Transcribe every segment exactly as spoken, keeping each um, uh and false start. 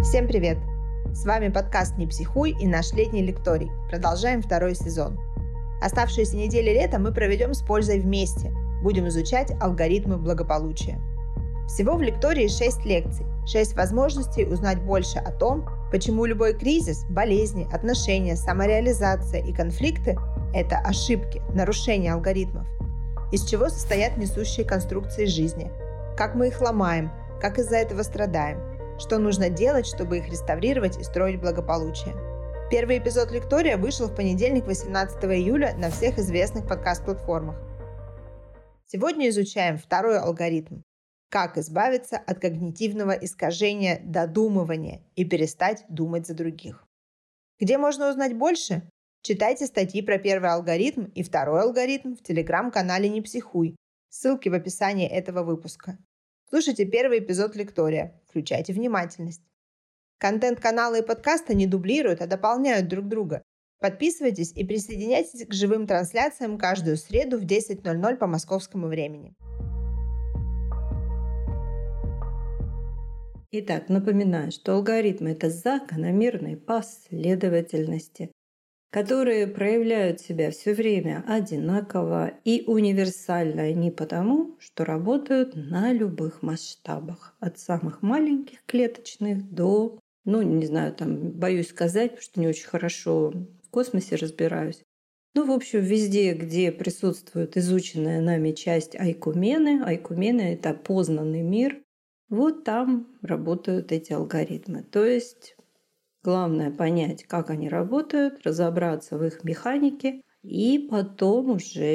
Всем привет! С вами подкаст «Не психуй» и наш летний лекторий. Продолжаем второй сезон. Оставшиеся недели лета мы проведем с пользой вместе. Будем изучать алгоритмы благополучия. Всего в лектории шесть лекций, шесть возможностей узнать больше о том, почему любой кризис, болезни, отношения, самореализация и конфликты – это ошибки, нарушения алгоритмов. Из чего состоят несущие конструкции жизни, как мы их ломаем, как из-за этого страдаем, что нужно делать, чтобы их реставрировать и строить благополучие. Первый эпизод лектория вышел в понедельник, восемнадцатого июля, на всех известных подкаст-платформах. Сегодня изучаем второй алгоритм. Как избавиться от когнитивного искажения додумывания и перестать думать за других. Где можно узнать больше? Читайте статьи про первый алгоритм и второй алгоритм в телеграм-канале «Не психуй». Ссылки в описании этого выпуска. Слушайте первый эпизод лектория. Включайте внимательность. Контент канала и подкаста не дублируют, а дополняют друг друга. Подписывайтесь и присоединяйтесь к живым трансляциям каждую среду в десять ноль ноль по московскому времени. Итак, напоминаю, что алгоритмы – это закономерные последовательности, которые проявляют себя все время одинаково и универсально не потому, что работают на любых масштабах, от самых маленьких клеточных до, ну, не знаю, там, боюсь сказать, потому что не очень хорошо в космосе разбираюсь. Ну, в общем, везде, где присутствует изученная нами часть айкумены, айкумены – это познанный мир, вот там работают эти алгоритмы. То есть главное понять, как они работают, разобраться в их механике и потом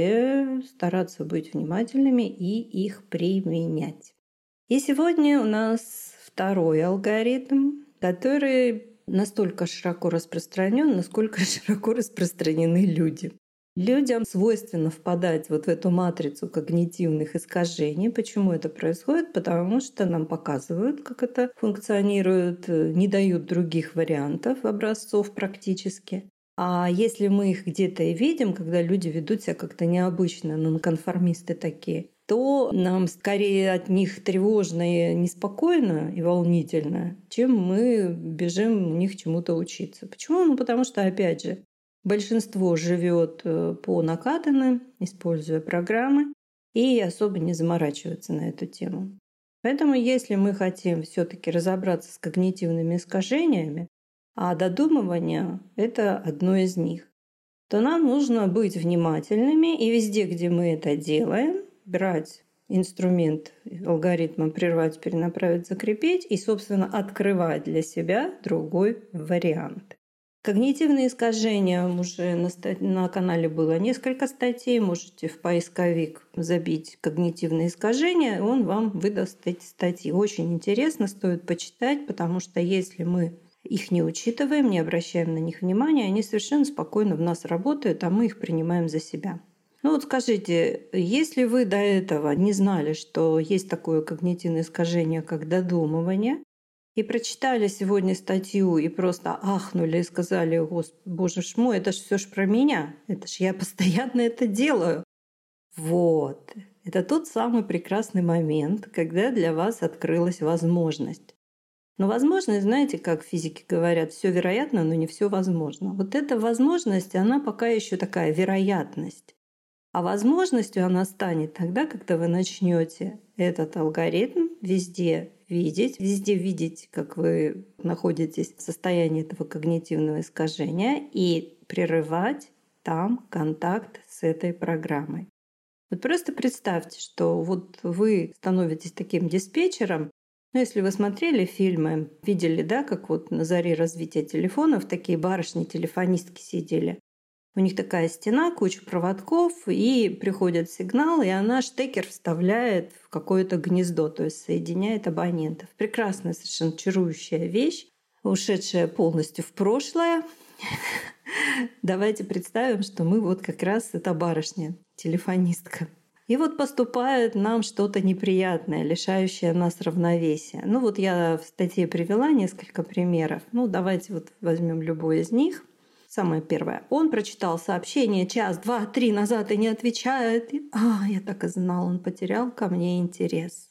уже стараться быть внимательными и их применять. И сегодня у нас второй алгоритм, который настолько широко распространен, насколько широко распространены люди. Людям свойственно впадать вот в эту матрицу когнитивных искажений. Почему это происходит? Потому что нам показывают, как это функционирует, не дают других вариантов, образцов практически. А если мы их где-то и видим, когда люди ведут себя как-то необычно, нонконформисты такие, то нам скорее от них тревожно и неспокойно и волнительно, чем мы бежим у них чему-то учиться. Почему? Ну, потому что, опять же, большинство живет по накатанным, используя программы, и особо не заморачивается на эту тему. Поэтому, если мы хотим все-таки разобраться с когнитивными искажениями, а додумывание — это одно из них, то нам нужно быть внимательными и везде, где мы это делаем, брать инструмент алгоритма «прервать, перенаправить, закрепить» и, собственно, открывать для себя другой вариант. Когнитивные искажения уже на, ста- на канале было несколько статей. Можете в поисковик забить «когнитивные искажения», он вам выдаст эти статьи. Очень интересно, стоит почитать, потому что если мы их не учитываем, не обращаем на них внимания, они совершенно спокойно в нас работают, а мы их принимаем за себя. Ну вот скажите, если вы до этого не знали, что есть такое когнитивное искажение, как додумывание, и прочитали сегодня статью и просто ахнули и сказали: «Господи, боже ж мой, это ж все ж про меня, это ж я постоянно это делаю». Вот. Это тот самый прекрасный момент, когда для вас открылась возможность. Но возможность, знаете, как физики говорят, все вероятно, но не все возможно. Вот эта возможность, она пока еще такая вероятность. А возможностью она станет тогда, когда вы начнете этот алгоритм везде видеть, везде видеть, как вы находитесь в состоянии этого когнитивного искажения, и прерывать там контакт с этой программой. Вот просто представьте, что вот вы становитесь таким диспетчером. Ну, если вы смотрели фильмы, видели, да, как вот на заре развития телефонов такие барышни-телефонистки сидели. У них такая стена, куча проводков, и приходит сигнал, и она штекер вставляет в какое-то гнездо, то есть соединяет абонентов. Прекрасная, совершенно чарующая вещь, ушедшая полностью в прошлое. Давайте представим, что мы вот как раз эта барышня, телефонистка. И вот поступает нам что-то неприятное, лишающее нас равновесия. Ну вот я в статье привела несколько примеров. Ну давайте вот возьмем любой из них. Самое первое. Он прочитал сообщение час, два, три назад и не отвечает. И, а, я так и знал, он потерял ко мне интерес.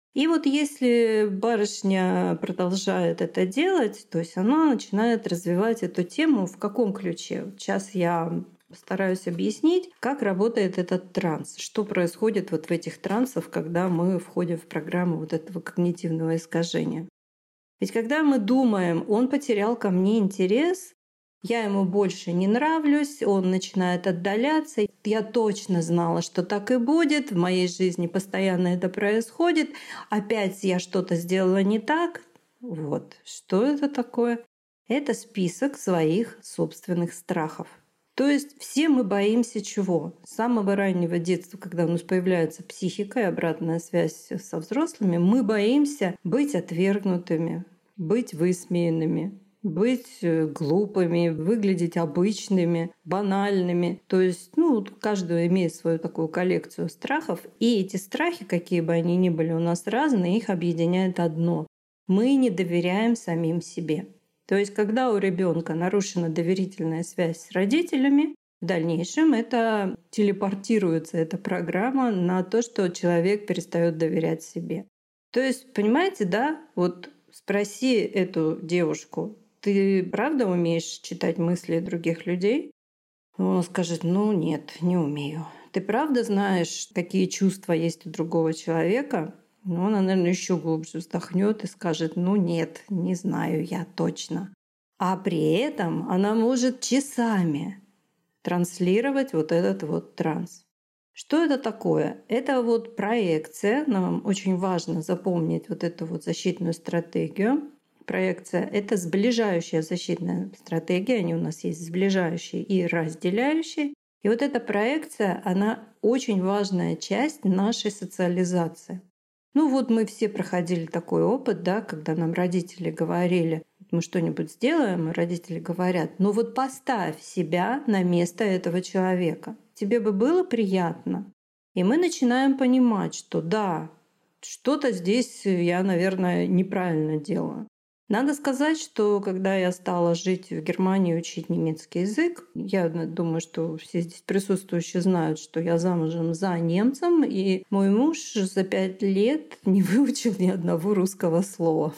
И вот если барышня продолжает это делать, то есть она начинает развивать эту тему в каком ключе? Вот сейчас я постараюсь объяснить, как работает этот транс, что происходит вот в этих трансах, когда мы входим в программу вот этого когнитивного искажения. Ведь когда мы думаем, он потерял ко мне интерес, я ему больше не нравлюсь, он начинает отдаляться. Я точно знала, что так и будет. В моей жизни постоянно это происходит. Опять я что-то сделала не так. Вот. Что это такое? Это список своих собственных страхов. То есть все мы боимся чего? С самого раннего детства, когда у нас появляется психика и обратная связь со взрослыми, мы боимся быть отвергнутыми, быть высмеянными, быть глупыми, выглядеть обычными, банальными. То есть, ну, каждый имеет свою такую коллекцию страхов. И эти страхи, какие бы они ни были у нас разные, их объединяет одно. Мы не доверяем самим себе. То есть, когда у ребенка нарушена доверительная связь с родителями, в дальнейшем это телепортируется, эта программа, на то, что человек перестает доверять себе. То есть, понимаете, да, вот спроси эту девушку, ты правда умеешь читать мысли других людей? Он скажет, ну нет, не умею. Ты правда знаешь, какие чувства есть у другого человека? Ну, она, наверное, еще глубже вздохнет и скажет, ну нет, не знаю я точно. А при этом она может часами транслировать вот этот вот транс. Что это такое? Это вот проекция. Нам очень важно запомнить вот эту вот защитную стратегию. Проекция — это сближающая защитная стратегия. Они у нас есть сближающие и разделяющие. И вот эта проекция, она очень важная часть нашей социализации. Ну вот мы все проходили такой опыт, да, когда нам родители говорили, мы что-нибудь сделаем, и родители говорят, ну вот поставь себя на место этого человека. Тебе бы было приятно? И мы начинаем понимать, что да, что-то здесь я, наверное, неправильно делаю. Надо сказать, что когда я стала жить в Германии и учить немецкий язык, я думаю, что все здесь присутствующие знают, что я замужем за немцем, и мой муж за пять лет не выучил ни одного русского слова.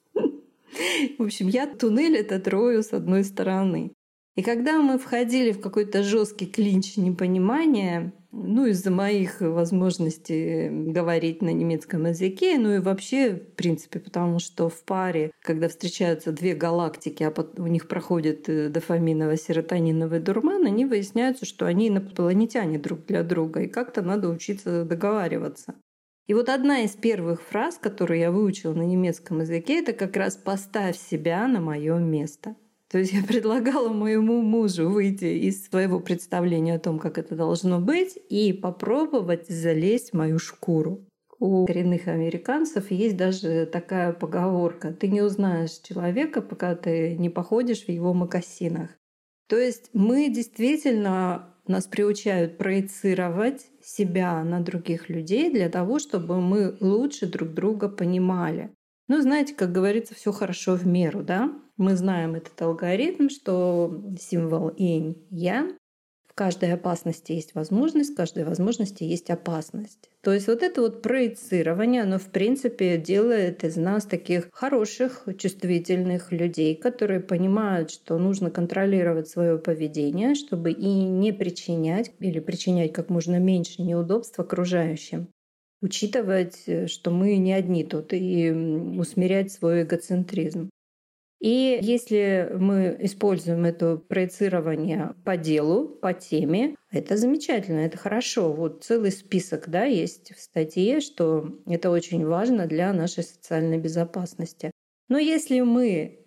В общем, я туннель этот рою с одной стороны. И когда мы входили в какой-то жесткий клинч непонимания, ну, из-за моих возможностей говорить на немецком языке, ну и вообще, в принципе, потому что в паре, когда встречаются две галактики, а у них проходит дофаминово-серотониновый дурман, они выясняются, что они инопланетяне друг для друга, и как-то надо учиться договариваться. И вот одна из первых фраз, которую я выучила на немецком языке, это как раз «поставь себя на мое место». То есть я предлагала моему мужу выйти из своего представления о том, как это должно быть, и попробовать залезть в мою шкуру. У коренных американцев есть даже такая поговорка: «Ты не узнаешь человека, пока ты не походишь в его мокасинах». То есть мы действительно, нас приучают проецировать себя на других людей для того, чтобы мы лучше друг друга понимали. Ну, знаете, как говорится, все хорошо в меру, да? Мы знаем этот алгоритм, что символ инь-ян. В каждой опасности есть возможность, в каждой возможности есть опасность. То есть вот это вот проецирование, оно в принципе делает из нас таких хороших, чувствительных людей, которые понимают, что нужно контролировать свое поведение, чтобы и не причинять или причинять как можно меньше неудобств окружающим. Учитывать, что мы не одни тут, и усмирять свой эгоцентризм. И если мы используем это проецирование по делу, по теме, это замечательно, это хорошо. Вот целый список, да, есть в статье, что это очень важно для нашей социальной безопасности. Но если мы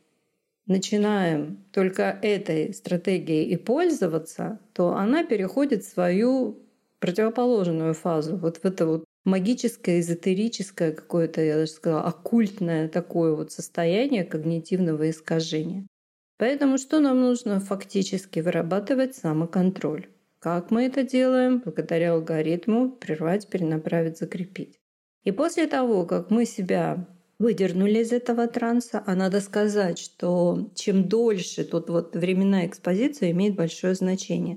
начинаем только этой стратегией и пользоваться, то она переходит в свою противоположную фазу, вот в это вот магическое, эзотерическое какое-то, я даже сказала, оккультное такое вот состояние когнитивного искажения. Поэтому что нам нужно? Фактически вырабатывать самоконтроль. Как мы это делаем? Благодаря алгоритму прервать, перенаправить, закрепить. И после того, как мы себя выдернули из этого транса, а надо сказать, что чем дольше, тут вот временная экспозиция имеет большое значение.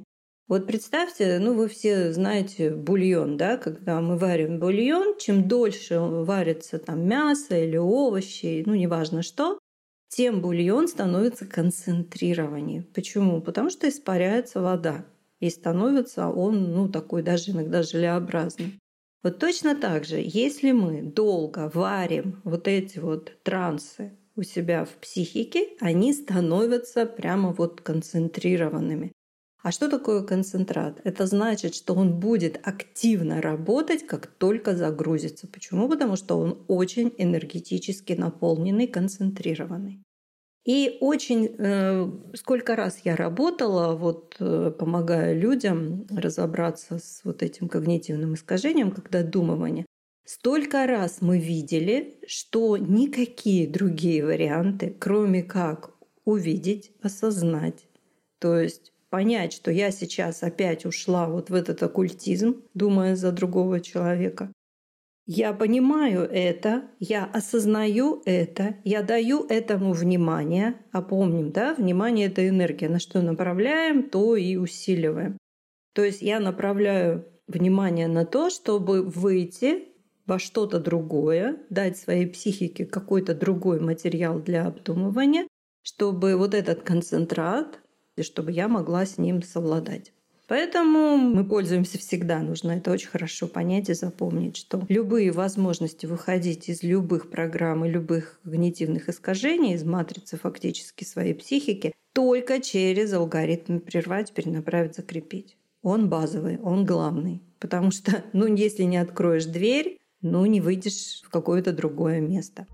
Вот представьте, ну вы все знаете бульон, да, когда мы варим бульон, чем дольше варится там мясо или овощи, ну неважно что, тем бульон становится концентрированнее. Почему? Потому что испаряется вода и становится он, ну такой даже иногда желеобразный. Вот точно так же, если мы долго варим вот эти вот трансы у себя в психике, они становятся прямо вот концентрированными. А что такое концентрат? Это значит, что он будет активно работать, как только загрузится. Почему? Потому что он очень энергетически наполненный, концентрированный. И очень э, сколько раз я работала, вот э, помогая людям разобраться с вот этим когнитивным искажением, когда думывание, столько раз мы видели, что никакие другие варианты, кроме как увидеть, осознать, то есть понять, что я сейчас опять ушла вот в этот оккультизм, думая за другого человека. Я понимаю это, я осознаю это, я даю этому внимание. А помним, да, внимание — это энергия. На что направляем, то и усиливаем. То есть я направляю внимание на то, чтобы выйти во что-то другое, дать своей психике какой-то другой материал для обдумывания, чтобы вот этот концентрат, и чтобы я могла с ним совладать. Поэтому мы пользуемся всегда. Нужно это очень хорошо понять и запомнить, что любые возможности выходить из любых программ и любых когнитивных искажений, из матрицы фактически своей психики, только через алгоритм прервать, перенаправить, закрепить. Он базовый, он главный. Потому что, ну, если не откроешь дверь, ну, не выйдешь в какое-то другое место.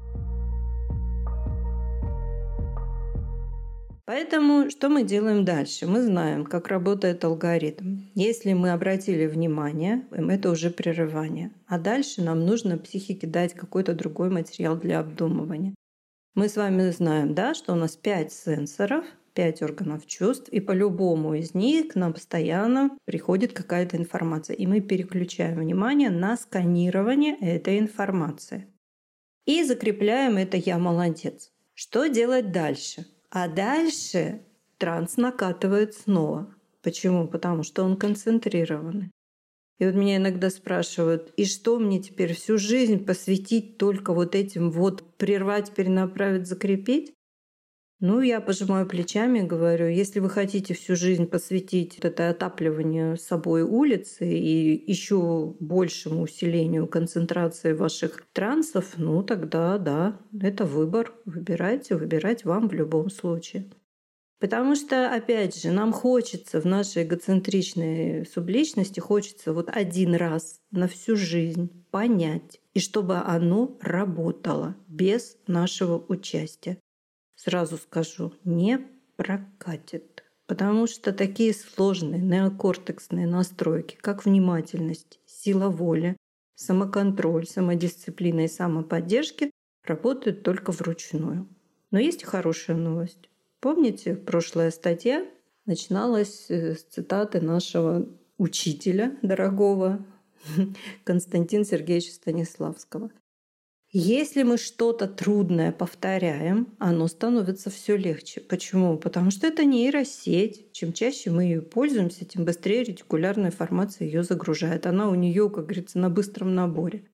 Поэтому что мы делаем дальше? Мы знаем, как работает алгоритм. Если мы обратили внимание, это уже прерывание. А дальше нам нужно психике дать какой-то другой материал для обдумывания. Мы с вами знаем, да, что у нас пять сенсоров, пять органов чувств, и по любому из них к нам постоянно приходит какая-то информация. И мы переключаем внимание на сканирование этой информации. И закрепляем это «я молодец». Что делать дальше? А дальше транс накатывает снова. Почему? Потому что он концентрированный. И вот меня иногда спрашивают, и что мне теперь всю жизнь посвятить только вот этим вот прервать, перенаправить, закрепить? Ну, я пожимаю плечами и говорю, если вы хотите всю жизнь посвятить вот это отапливанию собой улицы и еще большему усилению концентрации ваших трансов, ну тогда да, это выбор. Выбирайте, выбирать вам в любом случае. Потому что, опять же, нам хочется в нашей эгоцентричной субличности, хочется вот один раз на всю жизнь понять, и чтобы оно работало без нашего участия. Сразу скажу, не прокатит. Потому что такие сложные неокортексные настройки, как внимательность, сила воли, самоконтроль, самодисциплина и самоподдержка, работают только вручную. Но есть и хорошая новость. Помните, прошлая статья начиналась с цитаты нашего учителя дорогого Константина Сергеевича Станиславского. Если мы что-то трудное повторяем, оно становится все легче. Почему? Потому что это нейросеть. Чем чаще мы ее пользуемся, тем быстрее ретикулярная формация ее загружает. Она у нее, как говорится, на быстром наборе.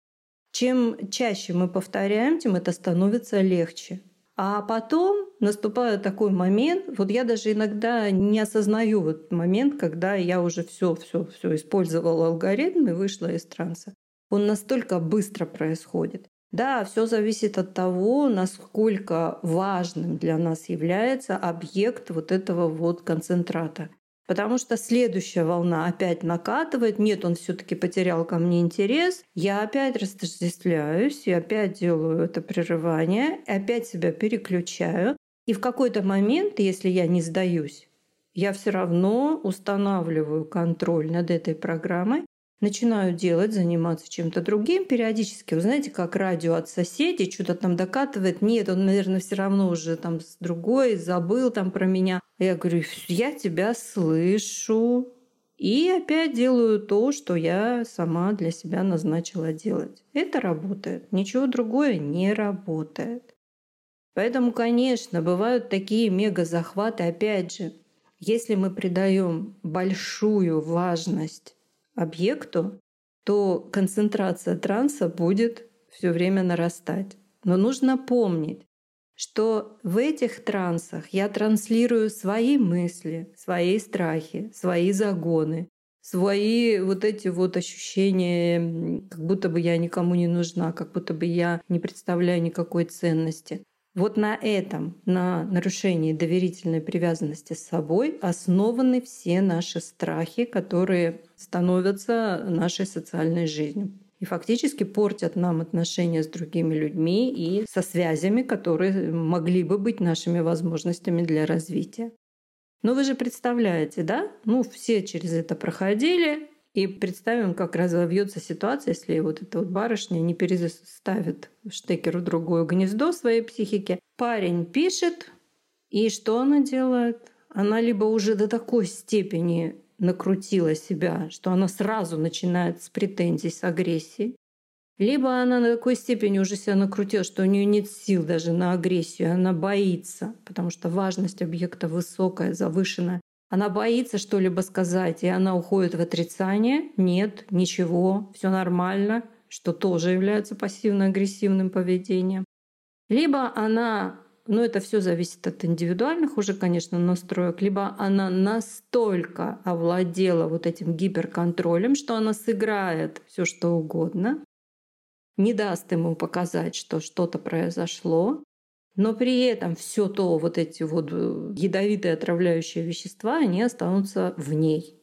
Чем чаще мы повторяем, тем это становится легче. А потом наступает такой момент, вот я даже иногда не осознаю вот момент, когда я уже все, все, все использовала алгоритм и вышла из транса. Он настолько быстро происходит. Да, все зависит от того, насколько важным для нас является объект вот этого вот концентрата. Потому что следующая волна опять накатывает, нет, он все-таки потерял ко мне интерес, я опять растождествляюсь, и опять делаю это прерывание, опять себя переключаю. И в какой-то момент, если я не сдаюсь, я все равно устанавливаю контроль над этой программой, начинаю делать, заниматься чем-то другим периодически. Вы знаете, как радио от соседей что-то там докатывает. Нет, он, наверное, все равно уже там с другой, забыл там про меня. Я говорю, я тебя слышу. И опять делаю то, что я сама для себя назначила делать. Это работает. Ничего другое не работает. Поэтому, конечно, бывают такие мега-захваты. Опять же, Если мы придаем большую важность объекту, то концентрация транса будет все время нарастать. Но нужно помнить, что в этих трансах я транслирую свои мысли, свои страхи, свои загоны, свои вот эти вот ощущения, как будто бы я никому не нужна, как будто бы я не представляю никакой ценности. Вот на этом, на нарушении доверительной привязанности с собой основаны все наши страхи, которые становятся нашей социальной жизнью. И фактически портят нам отношения с другими людьми и со связями, которые могли бы быть нашими возможностями для развития. Но вы же представляете, да? Ну, все через это проходили. И представим, как разовьется ситуация, если вот эта вот барышня не переставит штекер в другое гнездо своей психики. Парень пишет, и что она делает? Она либо уже до такой степени накрутила себя, что она сразу начинает с претензий, с агрессией, либо она на такой степени уже себя накрутила, что у нее нет сил даже на агрессию, она боится, потому что важность объекта высокая, завышенная. Она боится что-либо сказать, и она уходит в отрицание. Нет, ничего, все нормально, что тоже является пассивно-агрессивным поведением. Либо она, ну это все зависит от индивидуальных уже, конечно, настроек, либо она настолько овладела вот этим гиперконтролем, что она сыграет все что угодно, не даст ему показать, что что-то произошло, но при этом все то, вот эти вот ядовитые отравляющие вещества, они останутся в ней.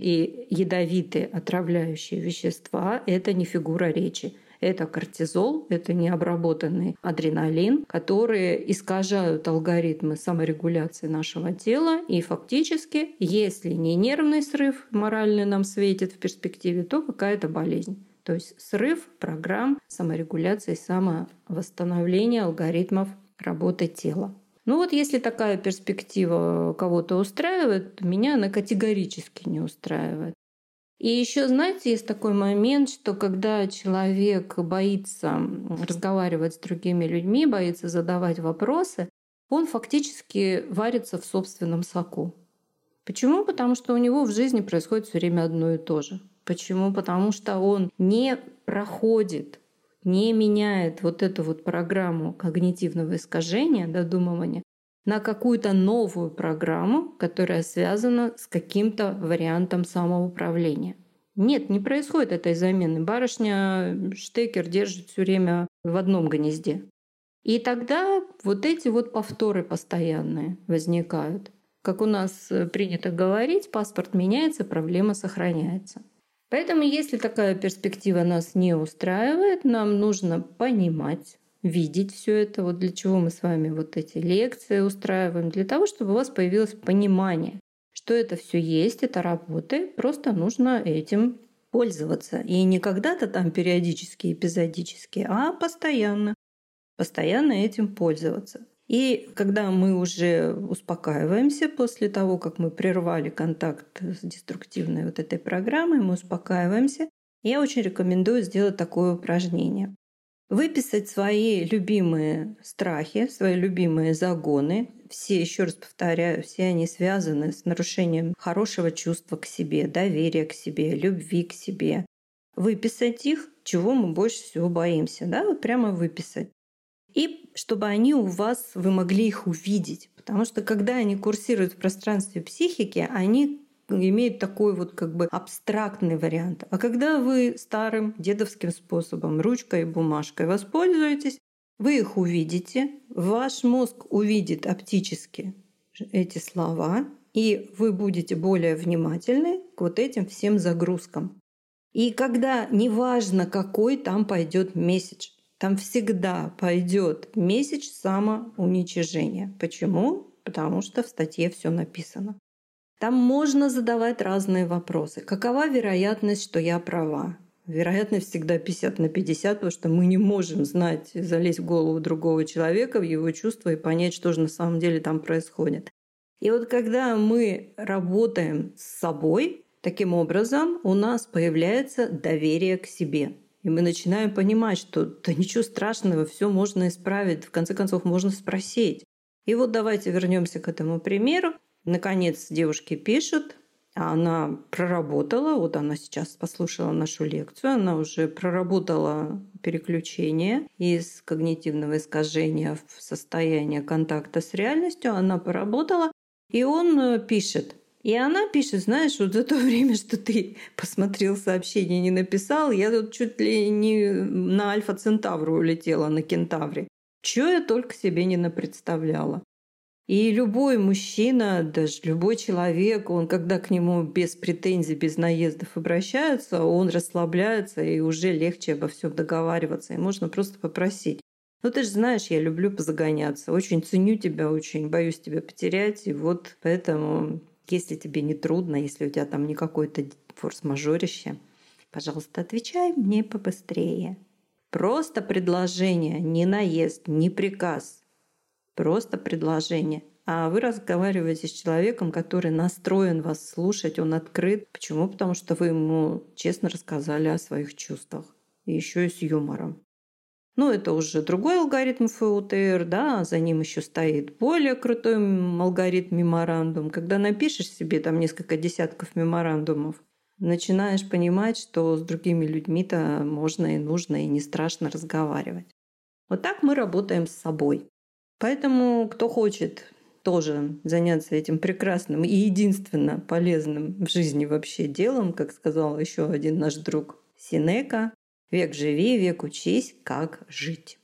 И ядовитые отравляющие вещества — это не фигура речи. Это кортизол, это необработанный адреналин, которые искажают алгоритмы саморегуляции нашего тела. И фактически, если не нервный срыв моральный нам светит в перспективе, то какая-то болезнь. То есть срыв программ саморегуляции, самовосстановления алгоритмов работы тела. Ну вот если такая перспектива кого-то устраивает, меня она категорически не устраивает. И еще, знаете, есть такой момент, что когда человек боится разговаривать с другими людьми, боится задавать вопросы, он фактически варится в собственном соку. Почему? Потому что у него в жизни происходит все время одно и то же. Почему? Потому что он не проходит, не меняет вот эту вот программу когнитивного искажения, додумывания, на какую-то новую программу, которая связана с каким-то вариантом самоуправления. Нет, не происходит этой замены. Барышня штекер держит все время в одном гнезде. И тогда вот эти вот повторы постоянные возникают. Как у нас принято говорить, паспорт меняется, проблема сохраняется. Поэтому, если такая перспектива нас не устраивает, нам нужно понимать, видеть все это. Вот для чего мы с вами вот эти лекции устраиваем? Для того, чтобы у вас появилось понимание, что это все есть, это работает, просто нужно этим пользоваться. И не когда-то там периодически, эпизодически, а постоянно. Постоянно этим пользоваться. И когда мы уже успокаиваемся после того, как мы прервали контакт с деструктивной вот этой программой, мы успокаиваемся, я очень рекомендую сделать такое упражнение. Выписать свои любимые страхи, свои любимые загоны. Все, еще раз повторяю, все они связаны с нарушением хорошего чувства к себе, доверия к себе, любви к себе. Выписать их, чего мы больше всего боимся. Да? Вот прямо выписать. И чтобы они у вас, вы могли их увидеть. Потому что когда они курсируют в пространстве психики, они имеют такой вот как бы абстрактный вариант. А когда вы старым дедовским способом, ручкой и бумажкой воспользуетесь, вы их увидите, ваш мозг увидит оптически эти слова, и вы будете более внимательны к вот этим всем загрузкам. И когда неважно, какой там пойдет месседж, там всегда пойдет месседж самоуничижения. Почему? Потому что в статье все написано. Там можно задавать разные вопросы. Какова вероятность, что я права? Вероятность всегда пятьдесят на пятьдесят, потому что мы не можем знать, залезть в голову другого человека, в его чувства и понять, что же на самом деле там происходит. И вот когда мы работаем с собой, таким образом у нас появляется доверие к себе. И мы начинаем понимать, что да ничего страшного, все можно исправить, в конце концов можно спросить. И вот давайте вернемся к этому примеру. Наконец девушки пишут, а она проработала, вот она сейчас послушала нашу лекцию, она уже проработала переключение из когнитивного искажения в состояние контакта с реальностью, она поработала, и он пишет. И она пишет, знаешь, вот за то время, что ты посмотрел сообщение, не написал, я тут чуть ли не на Альфа Центавру улетела, на Кентавре. Чего я только себе не напредставляла. И любой мужчина, даже любой человек, он когда к нему без претензий, без наездов обращается, он расслабляется и уже легче обо всем договариваться. И можно просто попросить. Ну ты же знаешь, я люблю позагоняться, очень ценю тебя, очень боюсь тебя потерять. И вот поэтому, если тебе не трудно, если у тебя там не какое-то форс-мажорище, пожалуйста, отвечай мне побыстрее. Просто предложение, не наезд, не приказ. Просто предложение. А вы разговариваете с человеком, который настроен вас слушать, он открыт. Почему? Потому что вы ему честно рассказали о своих чувствах. И еще и с юмором. Ну, это уже другой алгоритм эф о тэ эр, да, за ним еще стоит более крутой алгоритм меморандум. Когда напишешь себе там несколько десятков меморандумов, начинаешь понимать, что с другими людьми-то можно и нужно, и не страшно разговаривать. Вот так мы работаем с собой. Поэтому, кто хочет тоже заняться этим прекрасным и единственно полезным в жизни вообще делом, как сказал еще один наш друг Сенека, «Век живи, век учись, как жить».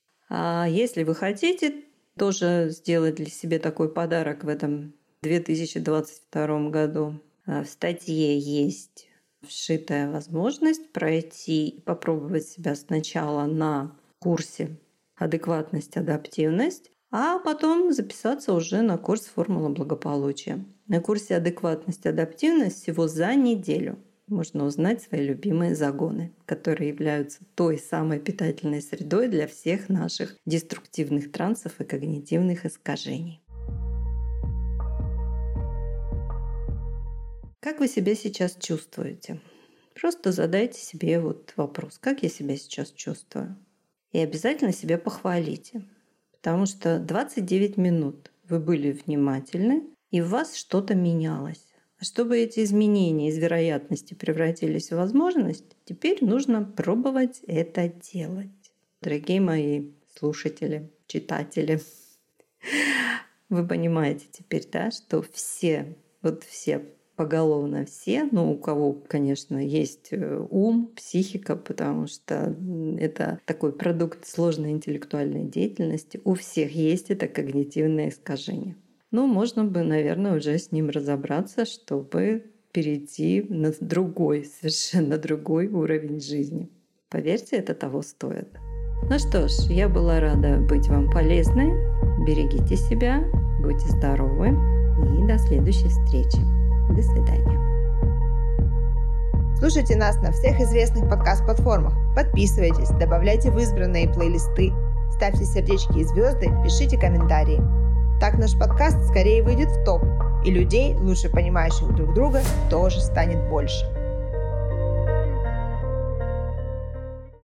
А если вы хотите тоже сделать для себя такой подарок в этом две тысячи двадцать втором году, в статье есть вшитая возможность пройти и попробовать себя сначала на курсе «Адекватность, адаптивность», а потом записаться уже на курс «Формула благополучия». На курсе «Адекватность, адаптивность» всего за неделю можно узнать свои любимые загоны, которые являются той самой питательной средой для всех наших деструктивных трансов и когнитивных искажений. Как вы себя сейчас чувствуете? Просто задайте себе вот вопрос, как я себя сейчас чувствую? И обязательно себя похвалите, потому что двадцать девять минут вы были внимательны, и в вас что-то менялось. А чтобы эти изменения из вероятности превратились в возможность, теперь нужно пробовать это делать. Дорогие мои слушатели, читатели, вы понимаете теперь, да, что все, вот все поголовно все, ну, у кого, конечно, есть ум, психика, потому что это такой продукт сложной интеллектуальной деятельности, у всех есть это когнитивное искажение. Ну, можно бы, наверное, уже с ним разобраться, чтобы перейти на другой, совершенно другой уровень жизни. Поверьте, это того стоит. Ну что ж, я была рада быть вам полезной. Берегите себя, будьте здоровы и до следующей встречи. До свидания. Слушайте нас на всех известных подкаст-платформах. Подписывайтесь, добавляйте в избранные плейлисты, ставьте сердечки и звезды, пишите комментарии. Так наш подкаст скорее выйдет в топ, и людей, лучше понимающих друг друга, тоже станет больше.